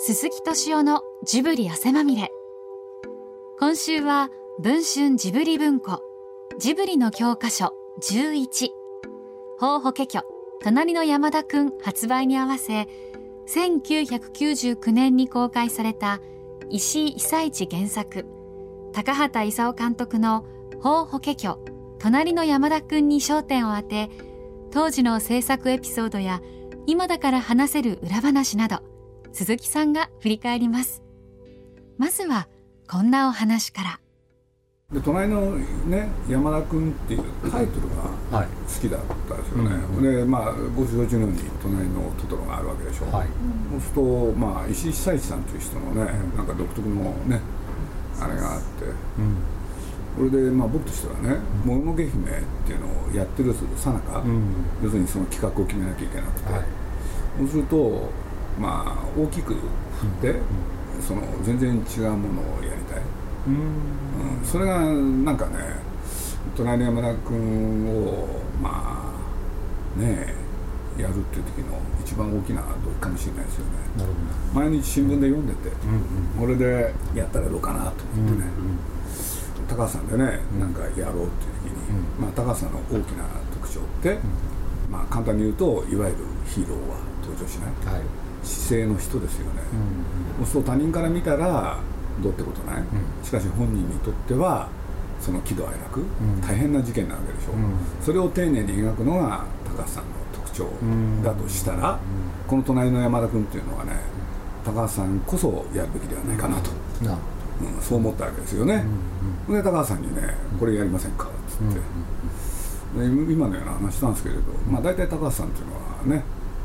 鈴木敏夫のジブリ汗まみれ。今週は文春ジブリ文庫ジブリの教科書11ホウホケキョ隣の山田くん発売に合わせ、1999年に公開された石井久一原作、高畑勲監督のホウホケキョ隣の山田くんに焦点を当て、当時の制作エピソードや今だから話せる裏話など、鈴木さんが振り返ります。まずはこんなお話から。 で隣のね山田君っていうタイトルが好きだったですよね、でまあご承知のように隣のトトロがあるわけでしょ、そうするとまあ石井久一さんという人のね、なんか独特のねあれがあって、これでまあ僕としてはね「もののけ姫」っていうのをやってるさなか、要するにその企画を決めなきゃいけなくて、そうするとまあ大きく振って、その全然違うものをやりたい、それがなんかね隣の山田君をまあねやるっていう時の一番大きな動機かもしれないですよね。毎日新聞で読んでて、これでやったらどうかなと思ってね、高橋さんでねなんかやろうっていう時に、まあ、高橋さんの大きな特徴って、まあ、簡単に言うといわゆるヒーローは登場しない、姿勢の人ですよね、そうすると他人から見たらどうってことない、しかし本人にとってはその喜怒哀楽、大変な事件なわけでしょ、それを丁寧に描くのが高橋さんの特徴だとしたら、この隣の山田君っていうのはね高橋さんこそやるべきではないかなと、そう思ったわけですよね、で高橋さんにねこれやりませんかっつって、今のような話したんですけれど、まあ大体高橋さんっていうのはね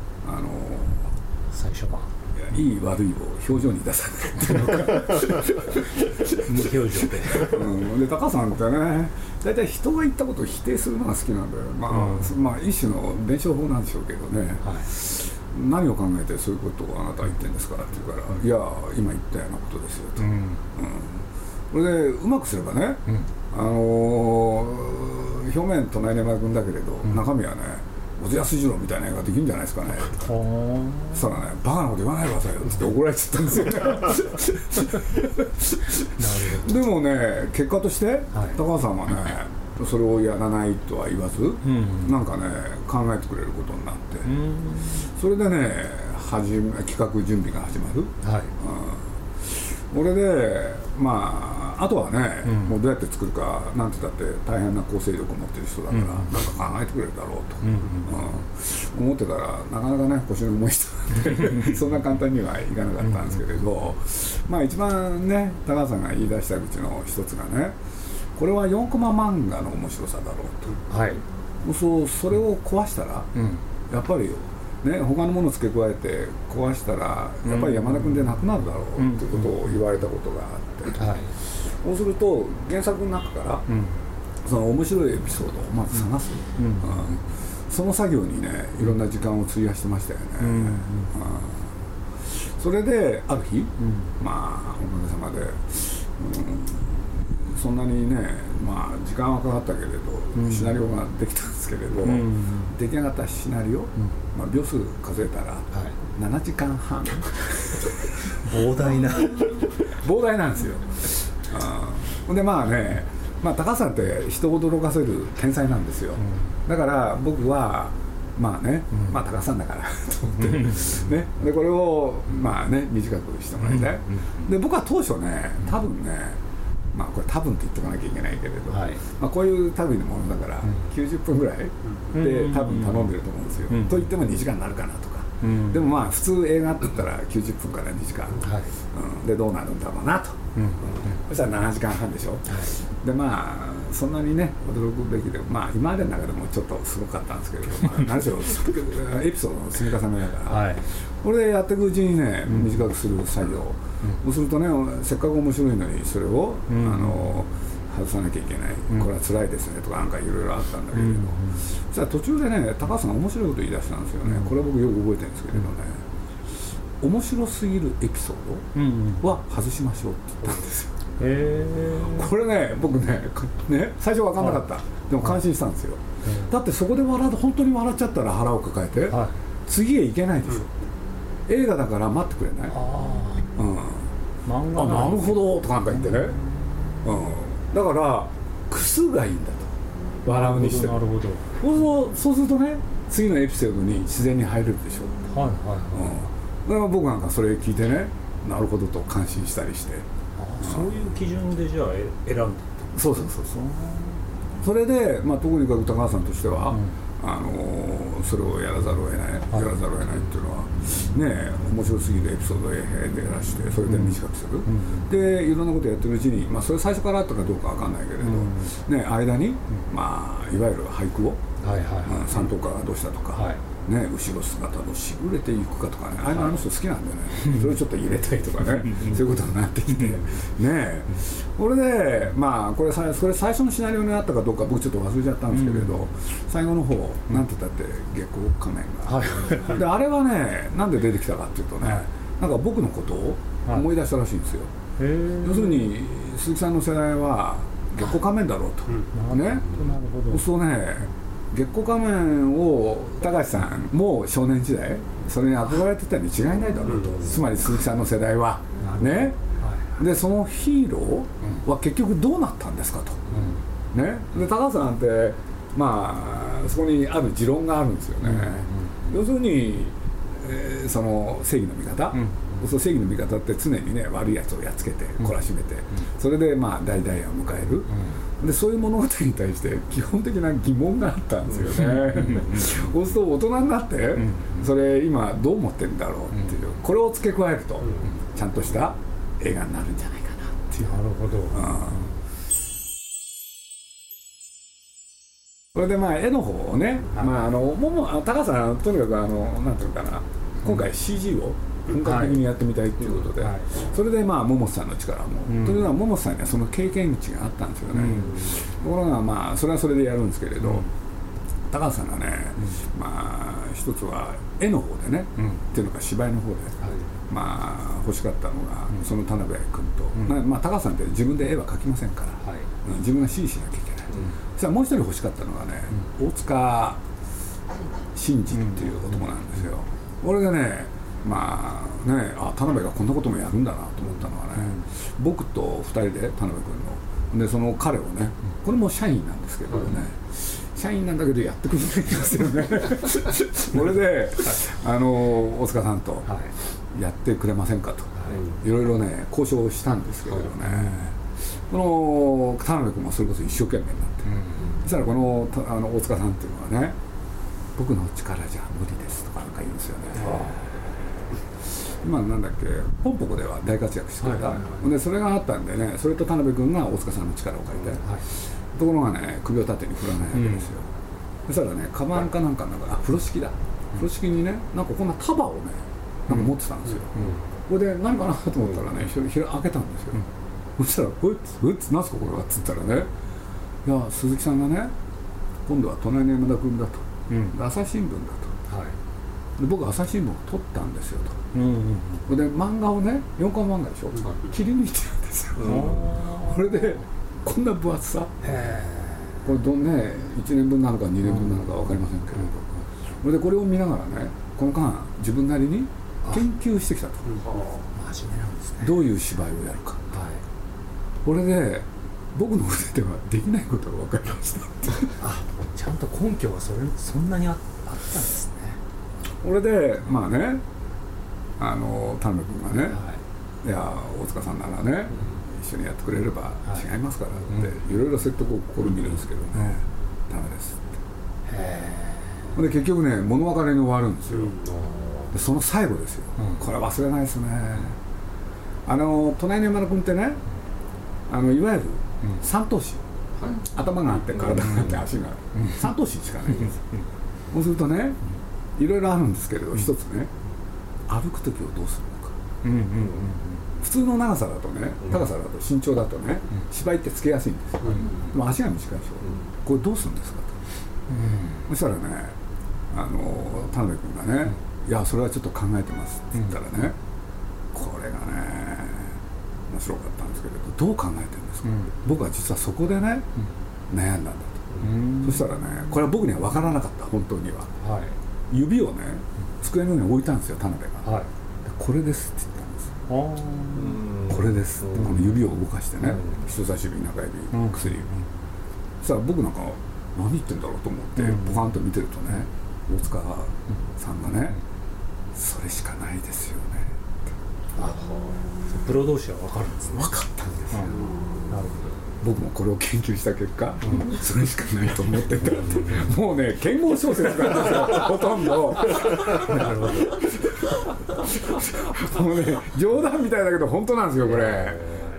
最初はいい悪いを表情に出さないっていうのか無表情で、 で高橋さんってね大体人が言ったことを否定するのが好きなんだよ、まあ一種の伝承法なんでしょうけどね、何を考えてそういうことをあなたは言ってるんですかって言うから、いや今言ったようなことですよと、これでうまくすればね、表面隣の山田君だけれど、中身はね小津安二郎みたいな映画できるんじゃないですかね。そしたらねバカなこと言わないでくださいよって怒られちゃったんですよでもね結果として、高橋さんはねそれをやらないとは言わず、なんかね考えてくれることになって、それでね企画準備が始まる、これでまああとはね、もうどうやって作るかなんて言ったって大変な構成力を持ってる人だから、なんか考えてくれるだろうと、思ってたらなかなかね腰の重い人なんでそんな簡単にはいかなかったんですけれど、まあ一番ね高橋さんが言い出した口の一つがね、これは4コマ漫画の面白さだろうと、それを壊したら、やっぱりね、他のものを付け加えて壊したらやっぱり山田君でなくなるだろうっていうことを言われたことがあって、そうすると原作の中から、その面白いエピソードをまず探す、その作業にねいろんな時間を費やしてましたよね、それである日、まあおかげさまで、そんなにね、まあ、時間はかかったけれど、シナリオができたんですけれど、出来上がったシナリオ、まあ、秒数数えたら、7時間半膨大なんですよ。でまあね、まあ、高橋さんって人を驚かせる天才なんですよ、だから僕はまあね、まあ高橋さんだからと思って、ね、でこれをまあね短くしてもらいたい、で僕は当初ね多分ね、まあこれ多分って言っておかなきゃいけないけれど、まあこういう類のものだから90分ぐらいで多分頼んでると思うんですよ、と言っても2時間になるかなとか、でもまあ普通映画って言ったら90分から2時間、でどうなるんだろうなと、そしたら7時間半でしょ、でまあそんなにね驚くべきで、まあ今までの中でもちょっとすごかったんですけれど、まあ、何しろエピソードの積み重ねだから、これでやっていくうちにね短くする作業、そうするとねせっかく面白いのにそれを、外さなきゃいけない、これは辛いですねとかなんかいろいろあったんだけれど、そしたら途中でね高橋さんが面白いこと言い出したんですよね、これは僕よく覚えてるんですけれどね、面白すぎるエピソードは外しましょうって言ったんですよ。これね僕ね最初分かんなかった、でも感心したんですよ、だってそこで本当に笑っちゃったら腹を抱えて、次へ行けないでしょ、 映画だから待ってくれない？漫画なるほどとかなんか言ってね、だからクスがいいんだと、笑うにしても。なるほど。そうするとね、次のエピソードに自然に入れるでしょ。だから僕なんかそれ聞いてね、なるほどと感心したりして。 そういう基準でじゃあ選んで。 そう。それで、とにかく高橋さんとしては、それをやらざるを得ないっていうのはね、面白すぎるエピソードをでやらして、それで短くする、でいろんなことやってるうちに、それ最初からあったかどうかわかんないけれど、ね、間に、いわゆる俳句を、三等家がどうしたとか、ね、後ろ姿のしぐれていくかとかね、あの人好きなんでね、それをちょっと入れたりとかね、そういうことになってきてね、これでそれ最初のシナリオにあったかどうか僕ちょっと忘れちゃったんですけれど、最後の方なんて言ったって月光仮面が、であれはね、なんで出てきたかっていうとね、なんか僕のことを思い出したらしいんですよ。要するに鈴木さんの世代は月光仮面だろうと、ね、そうね、月光仮面を高橋さんも少年時代それに憧れてたに違いないだろうと、つまり鈴木さんの世代はね、でそのヒーローは結局どうなったんですかと、ね、で高橋さんってそこにある持論があるんですよね。要するに、その正義の味方、その正義の味方って常にね、悪いやつをやっつけて懲らしめて、それで大々を迎える、でそういう物語に対して基本的な疑問があったんですよね。そうすると大人になって、それ今どう思ってるんだろうっていう、これを付け加えると、ちゃんとした映画になるんじゃないかなっていう。なるほど。それで絵の方をね、高橋さんとにかくなんていうのかな、今回 CG を本格的にやってみたいっていうことで、それで桃瀬さんの力も、というのは桃瀬さんにはその経験値があったんですよね。ところがそれはそれでやるんですけれど、高橋さんがね、一つは絵の方でね、っていうのか芝居の方で、欲しかったのが、その田辺君と、高橋さんって自分で絵は描きませんから、自分が指示しなきゃいけない。そしたらもう一人欲しかったのがね、大塚真治っていう男なんですよ。俺がね、田辺がこんなこともやるんだなと思ったのはね、僕と2人で田辺君のでその彼をね、これも社員なんですけどね、社員なんだけどやってくれないんですよね。これで大塚さんとやってくれませんかと、いろいろね交渉したんですけれどね、この田辺君もそれこそ一生懸命になって、そしたらこの大塚さんっていうのはね、僕の力じゃ無理ですとかなんか言うんですよね。今なんだっけ、ポンポコでは大活躍してた、でそれがあったんでね、それと田辺君が大塚さんの力を借りて、ところがね、首を縦に振らないわけですよ。そしたらね、カバンかなんか風呂敷だ、風呂敷にね、なんかこんな束をね、なんか持ってたんですよ。これで何かなと思ったらね、開けたんですよ。そしたら「うっつなんすかこれは」っつったらね、いや鈴木さんがね、今度は隣の山田君だと、朝日新聞だと、で僕朝日新聞を撮ったんですよと、で漫画をね、4巻漫画でしょ、切り抜いてるんですよ。これでこんな分厚さ、これね、1年分なのか2年分なのか分かりませんけれど、それでこれを見ながらね、この間自分なりに研究してきたと、 真面目なんですね。 どういう芝居をやるか、これで僕の腕ではできないことが分かりましたって。 ちゃんと根拠がそんなにあったんですね。 これでね、田辺君がね、いや大塚さんならね、一緒にやってくれれば違いますからっていろいろ説得を試みるんですけどね、ダメですって。で結局ね、物別れに終わるんですよ。でその最後ですよ、これは忘れないですね。隣の山田君ってね、いわゆる三頭身、頭があって体があって足がある、三頭身しかないんです。そうするとね、いろいろあるんですけれど、一つね、歩く時をどうするのか。普通の長さだとね、高さだと身長だとね、芝居ってつけやすいんですよ。でも足が短いでしょ、これどうするんですかと。そしたらね、田辺君がね、いやそれはちょっと考えてますって言ったらね、これがね面白かったんですけれど、どう考えてるんですか、僕は実はそこでね、悩んだんだと。そしたらね、これは僕には分からなかった、本当には。指をね、机の上に置いたんですよ、田辺が。 これですって言ったんです。これですってこの指を動かしてね、人差し指、中指、薬指、そしたら僕なんか何言ってんだろうと思ってポカンと見てるとね、大塚さんがね、それしかないですよねって。 プロ同士は分かるんですね。 分かったんですよ。 なるほど。 僕もこれを研究した結果、それしかないと思ってたってもうね剣豪小説なんですよほとんど。なるほど。もうね冗談みたいだけど本当なんですよこれ。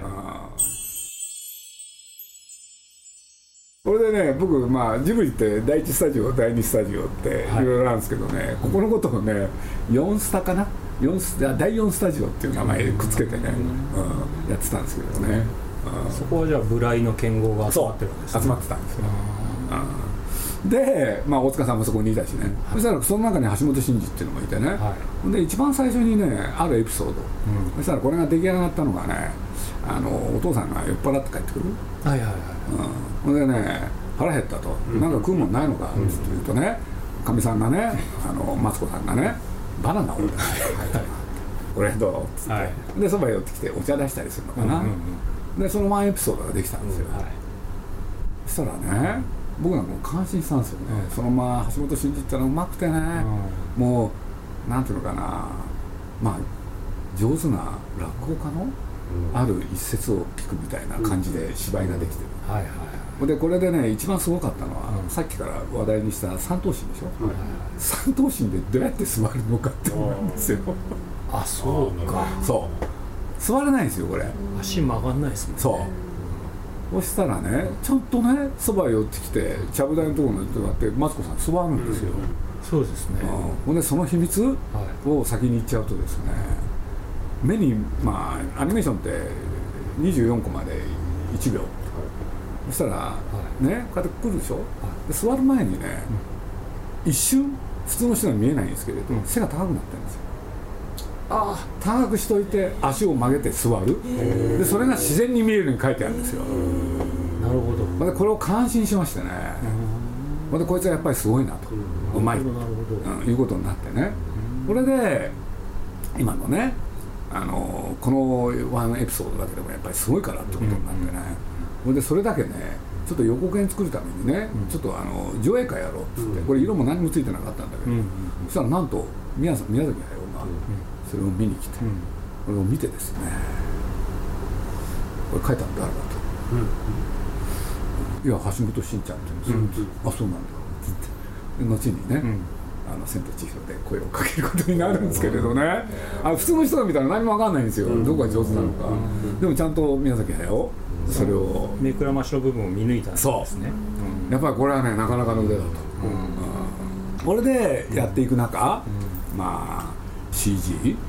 これでね僕ジブリって第1スタジオ第2スタジオっていろいろあるんですけどね、ここのことをね4スタかな、第4スタジオっていう名前くっつけてね、やってたんですけどね。 そこはじゃあ部来の剣豪が集まってるんですね。 集まってたんですよ。で、大塚さんもそこにいたしね、そしたらその中に橋本真二っていうのがいてね、で一番最初にねあるエピソード、そしたらこれが出来上がったのがね、お父さんが酔っ払って帰ってくる。ほんでね腹減ったと、なんか食うもんないのかって言うとね、かみさんがねマツコさんがねバナナを出してこれどうっつって、でそば寄ってきてお茶出したりするのかな。でそのワンエピソードができたんですよ。そしたらね僕なんかもう感心したんですよね。その橋本真二ってのはうまくてね、もうなんていうのかな、上手な落語家のある一節を聞くみたいな感じで芝居ができてる。でこれでね一番すごかったのは、さっきから話題にした三頭身でしょ。三頭身でどうやって座るのかって思うんですよ。 あ、そうか。 そう座れないんですよこれ。 足曲がんないですもんね。 そしたらねちゃんとねそば寄ってきてちゃぶ台のところに座ってマツコさん座るんですよ。 そうですね。 ほんでその秘密を先に言っちゃうとですね、目にアニメーションって24コマで1秒、そしたらねこうやって来るでしょ。で座る前にね一瞬普通の人には見えないんですけれど、背が高くなってるんですよ。高くしといて足を曲げて座る。でそれが自然に見えるように書いてあるんですよ。 なるほど。 でこれを感心しましてね、でこいつはやっぱりすごいなと、うまいということになってね、これで今のねこのワンエピソードだけでもやっぱりすごいからってことになってね、でそれだけねちょっと予告編作るためにね、ちょっと上映会やろうっつって、これ色も何もついてなかったんだけど、そしたらなんと宮崎駿がそれを見に来て、これを見てですね、これ書いたの誰だと、いや橋本真ちゃんって言うんですよ。あ、そうなんだって後にね、千と千尋で声をかけることになるんですけれどね、普通の人が見たら何も分かんないんですよ、どこが上手なのか。でもちゃんと宮崎駿それを目くらましの部分を見抜いたんですね。 やっぱりこれはねなかなかの腕だと。これでやっていく中、CG、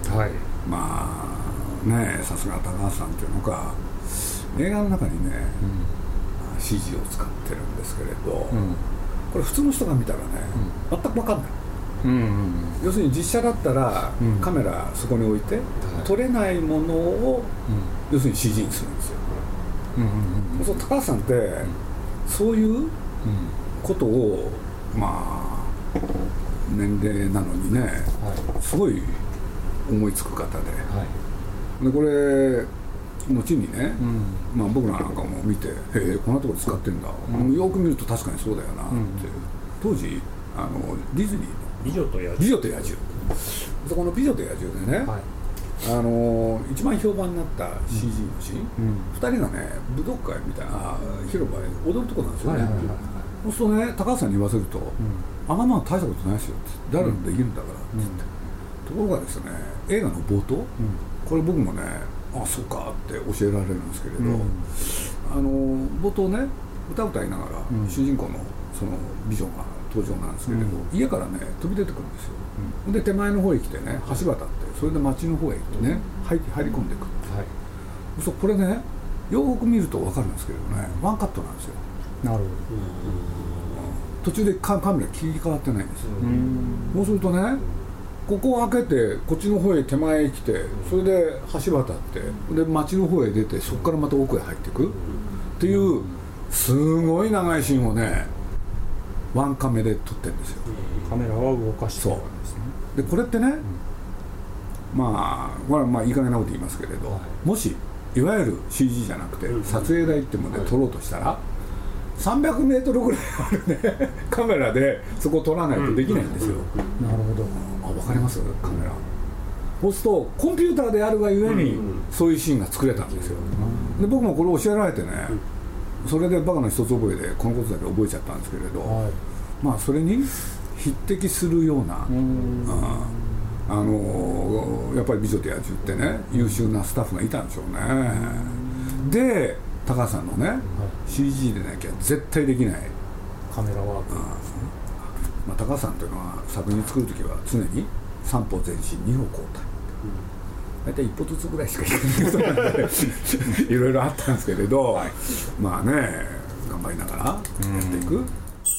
さすが高橋さんっていうのか、映画の中にね、CG を使ってるんですけれど、これ普通の人が見たらね、全く分かんない。要するに実写だったら、カメラそこに置いて、撮れないものを、要するに CG にするんですよ。そう高橋さんってそういうことを年齢なのにね、すごい思いつく方で、これ後にね、僕らなんかも見て、へえこんなところ使ってんだ、よく見ると確かにそうだよなって、当時ディズニーの美女と野獣、そこの美女と野獣でね、一番評判になった CG のシーン、2人がね武道会みたいな広場で踊るとこなんですよね。そうするとね高橋さんに言わせると、あんなもん大したことないですよって、誰でもできるんだからって言って、ところがですね映画の冒頭、これ僕もねあそうかって教えられるんですけれど、冒頭ね歌歌いながら、主人公のその美女が登場なんですけれど、家からね飛び出てくるんですよ。で手前の方へ来てね橋渡って、それで町の方へ行ってね、入り込んでいく。そうこれねよく見ると分かるんですけれどね、ワンカットなんですよ。 なるほど。 途中でカメラ切り替わってないんですよ。そうするとねここを開けてこっちの方へ手前へ来て、それで橋渡ってで町の方へ出て、そこからまた奥へ入っていくっていうすごい長いシーンをねワンカメで撮ってるんですよ。 カメラは動かしてるんですね。 でこれってねまあこれはまあいい加減なこと言いますけれど、もしいわゆる CG じゃなくて撮影台ってもので撮ろうとしたら300メートルぐらいあるねカメラでそこを撮らないとできないんですよ。 なるほど。 分かりますカメラ。そうするとコンピューターであるがゆえにそういうシーンが作れたんですよ。で僕もこれ教えられてね、それでバカの一つ覚えでこのことだけ覚えちゃったんですけれど、まあそれに匹敵するような、やっぱり美女と野獣ってね優秀なスタッフがいたんでしょうね。で高橋さんのね、CG でなきゃ絶対できないカメラワーク、 まあ、高橋さんというのは作品作るときは常に3歩前進2歩後退、大体1歩ずつぐらいしかいかない人なんでいろいろあったんですけれど、まあね頑張りながらやっていく。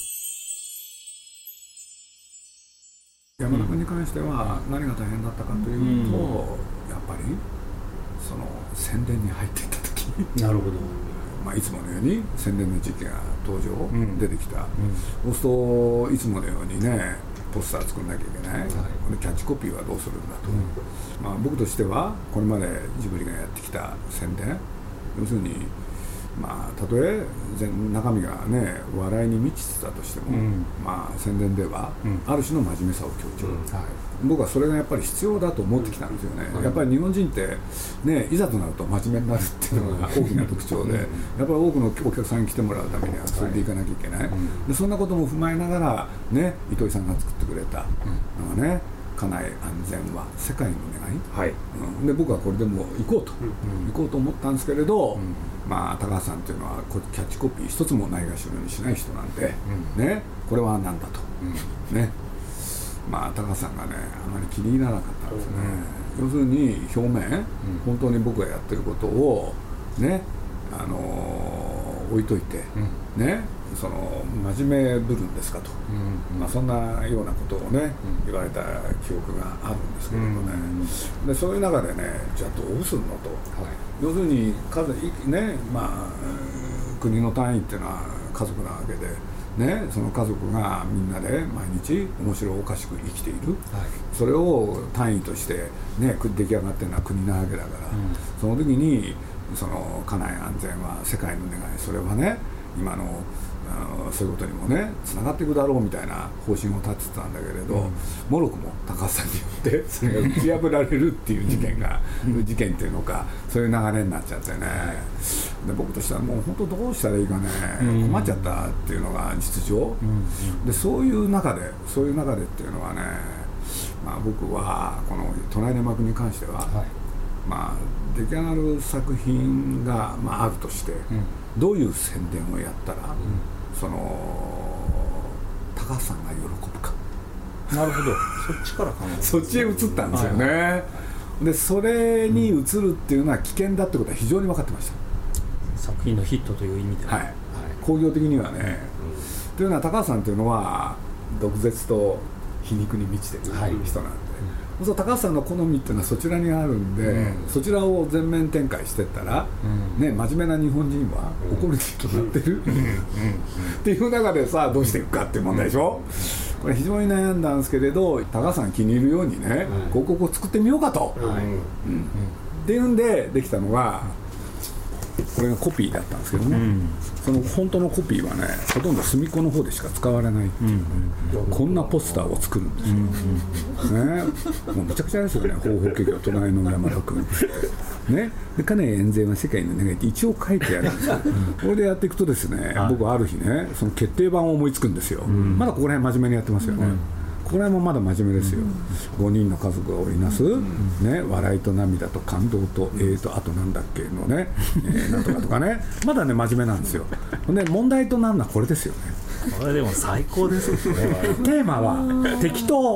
山田君に関しては何が大変だったかというと、やっぱりその宣伝に入っていった時なるほど、 まあ、いつものように宣伝の時期が登場、出てきた、そうするといつものようにねポスター作んなきゃいけない、これキャッチコピーはどうするんだと、まあ、僕としてはこれまでジブリがやってきた宣伝、要するにまあたとえ中身がね笑いに満ちてたとしても、まあ宣伝ではある種の真面目さを強調、僕はそれがやっぱり必要だと思ってきたんですよね。やっぱり日本人ってねいざとなると真面目になるっていうのが大きな特徴で、やっぱり多くのお客さんに来てもらうためにはそれでいかなきゃいけない、でそんなことも踏まえながらね糸井さんが作ってくれたのがね家内安全は世界の願い、で僕はこれでも行こうと、行こうと思ったんですけれど、まあ高橋さんっていうのはキャッチコピー一つもないがしろにしない人なんで、ねこれは何だと、ねまあ高橋さんがねあまり気に入らなかったんですね。要するに表面、本当に僕がやってることをね置いといて、ねその真面目ぶるんですかと、まあ、そんなようなことをね、言われた記憶があるんですけれどね、でそういう中でねじゃあどうするのと、要するにねまあ、国の単位っていうのは家族なわけで、ね、その家族がみんなで毎日面白おかしく生きている、それを単位として、ね、出来上がってるのは国なわけだから、その時にその家内安全は世界の願い、それはね今のそういうことにもねつながっていくだろうみたいな方針を立ててたんだけれど、もろくも高橋さんによってそれが打ち破られるっていう事件が、事件っていうのかそういう流れになっちゃってね、で僕としてはもう本当どうしたらいいかね、困っちゃったっていうのが実情、でそういう中でっていうのはね、まあ、僕はこの「隣の幕」に関しては、まあ、出来上がる作品が、まあ、あるとして、どういう宣伝をやったら、その高橋さんが喜ぶか。 なるほど、そっちから考えてそっちへ移ったんですよね、でそれに移るっていうのは危険だってことは非常に分かってました。 作品のヒットという意味では、 工業的にはね、というのは高橋さんというのは毒舌と皮肉に満ちてる人なんで、そう高橋さんの好みっていうのはそちらにあるんで、そちらを全面展開してったら、ね、真面目な日本人は怒るに決まってるっていう中でさあどうしていくかっていう問題でしょ。これ非常に悩んだんですけれど、高橋さん気に入るようにね、広告を作ってみようかと、っていうんでできたのがこれがコピーだったんですけどね、その本当のコピーはねほとんど隅っこの方でしか使われないっていう、こんなポスターを作るんですよ、ね、もうめちゃくちゃですよね。方法結局隣の山田君ね、で家内安全は世界の願いって一応書いてあるんですよこれでやっていくとですね、僕はある日ねその決定版を思いつくんですよ、まだここら辺真面目にやってますよね、これもまだ真面目ですよ、5人の家族が織りなす、ね、笑いと涙と感動とあとなんだっけのね、なんとかとかねまだね真面目なんですよ。で問題となるのはこれですよね。 これでも最高ですよねテーマは適当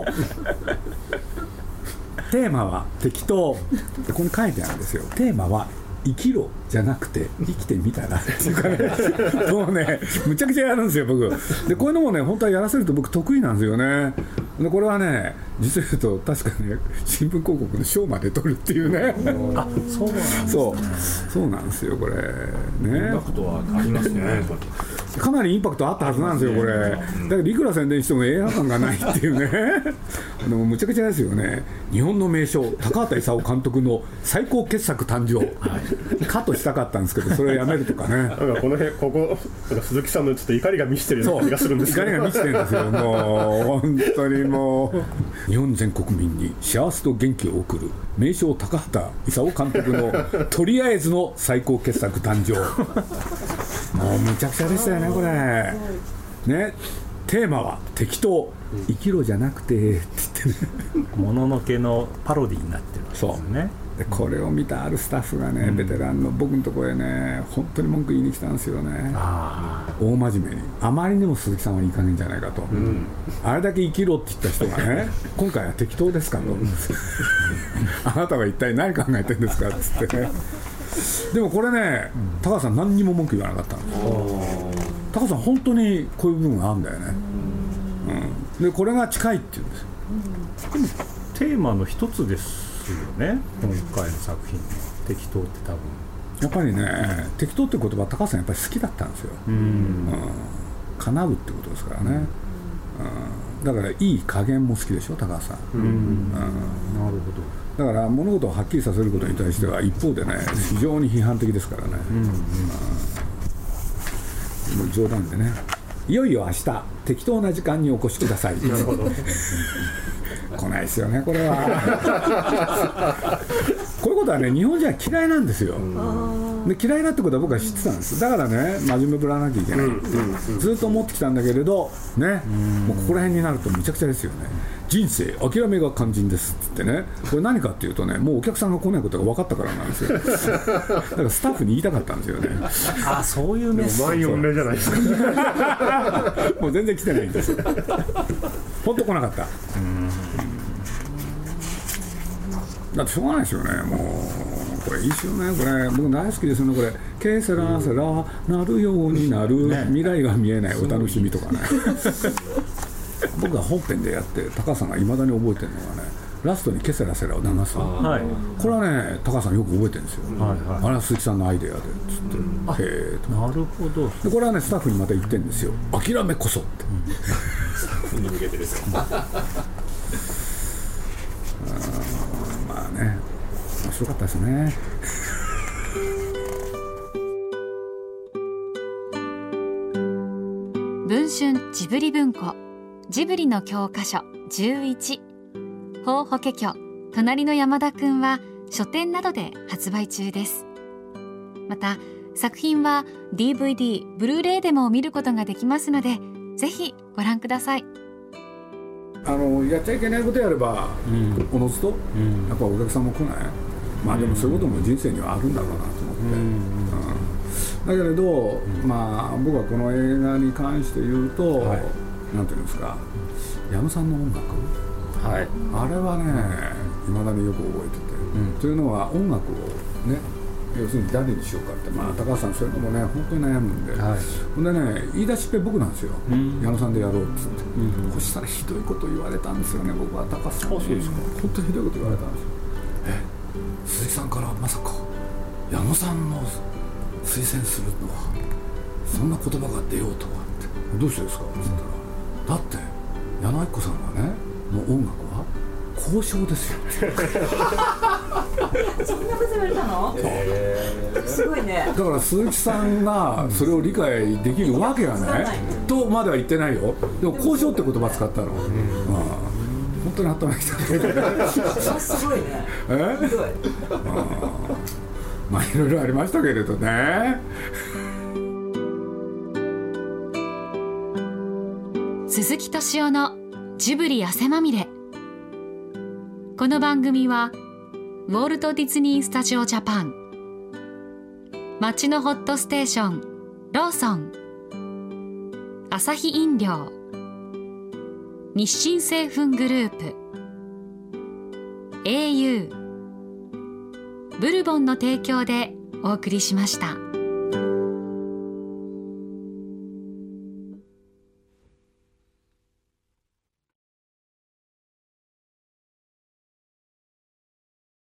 テーマは適当、ここに書いてあるんですよ。テーマは生きろじゃなくて生きてみたらっていうかねもうねむちゃくちゃやるんですよ僕で。こういうのもね本当はやらせると僕得意なんですよね。でこれはね実は言うと確かね新聞広告の賞まで取るっていうねあ、そうなんですね。 そうなんですよこれね。 インパクトはありますねかなりインパクトあったはずなんですよこれ。だからいくら宣伝しても映画館がないっていうねでもむちゃくちゃですよね。日本の名将高畑勲監督の最高傑作誕生、カットしたかったんですけどそれをやめるとかねなんかこの辺ここなんか鈴木さんのちょっと怒りが満ちてるような気がするんですけど怒りが満ちてるんですよもう本当にもう日本全国民に幸せと元気を送る名将高畑勲監督のとりあえずの最高傑作誕生もうむちゃくちゃでしたよねこれね。テーマは適当、生きろじゃなくてって言ってねもののけのパロディになってるんですよね。 でこれを見たあるスタッフがね、ベテランの僕のところへね本当に文句言いに来たんですよね。大真面目にあまりにも鈴木さんはいい加減じゃないかと、あれだけ生きろって言った人がね今回は適当ですかとあなたは一体何考えてるんですかっつってねでもこれね、高橋さん何にも文句言わなかったんですよ。高橋さん本当にこういう部分があるんだよね、でこれが近いって言うんですよ。 でもテーマの一つですよね今回の作品の適当って多分やっぱりね、適当って言葉高橋さんやっぱり好きだったんですよ。叶うってことですからね、だからいい加減も好きでしょ高橋さん。なるほど。だから物事をはっきりさせることに対しては一方でね非常に批判的ですからね、冗談でねいよいよ明日適当な時間にお越しくださいなるほど来ないですよねこれはこういうことはね日本人は嫌いなんですよ、で嫌いだってことは僕は知ってたんです。だからね真面目ぶらなきゃいけない、ずっと思ってきたんだけれどね、もうここら辺になるとむちゃくちゃですよね。人生諦めが肝心ですってね。これ何かっていうとねもうお客さんが来ないことが分かったからなんですよだからスタッフに言いたかったんですよねあ、そういうメッセージ。 満員御礼じゃないですかもう全然来てないんですよ本当来なかった。だってしょうがないですよね。もうこれいいですよね。これ僕大好きですよね。これケセラセラなるようになる、未来が見えないお楽しみとかね僕が本編でやって高橋さんがいまだに覚えてるのがねラストにケセラセラを流す、これはね高橋さんよく覚えてるんですよ、あれは鈴木さんのアイデアでつって、へーと。なるほど。でこれはねスタッフにまた言ってるんですよ。諦めこそって、 スタッフに向けてですかまあね面白かったですね文春ジブリ文庫ジブリの教科書11ホウホケキョ隣の山田くんは書店などで発売中です。また作品は DVD、ブルーレイでも見ることができますのでぜひご覧ください。 やっちゃいけないことやればおのずとやっぱお客さんも来ない。まあでもそういうことも人生にはあるんだろうなと思って、だけれど、まあ僕はこの映画に関して言うと、なんていうんですか、矢野さんの音楽、あれはね未だによく覚えてて、というのは音楽をね要するに誰にしようかって、まあ、高橋さんそういうのもね本当に悩むんで、ほんでね言い出しっぺ僕なんですよ、矢野さんでやろうっつって、そしたらひどいこと言われたんですよね。僕は高橋さんに本当にひどいこと言われたんですよ。鈴木さんからまさか矢野さんの推薦するのはそんな言葉が出ようとはってどうしてですかって言ったら、だって矢野明子さんがねの音楽は交渉ですよそんなこと言われたの？すごいね。だから鈴木さんがそれを理解できるわけがないとまでは言ってないよ。でも交渉って言葉使ったの、本当に頭にきたすごいね。ひどい。 まあいろいろありましたけれどね。 鈴木敏夫のジブリ汗まみれ。この番組はウォルト・ディズニー・スタジオ・ジャパン、街のホットステーションローソン、アサヒ飲料、日清製粉グループ、au、ブルボンの提供でお送りしました。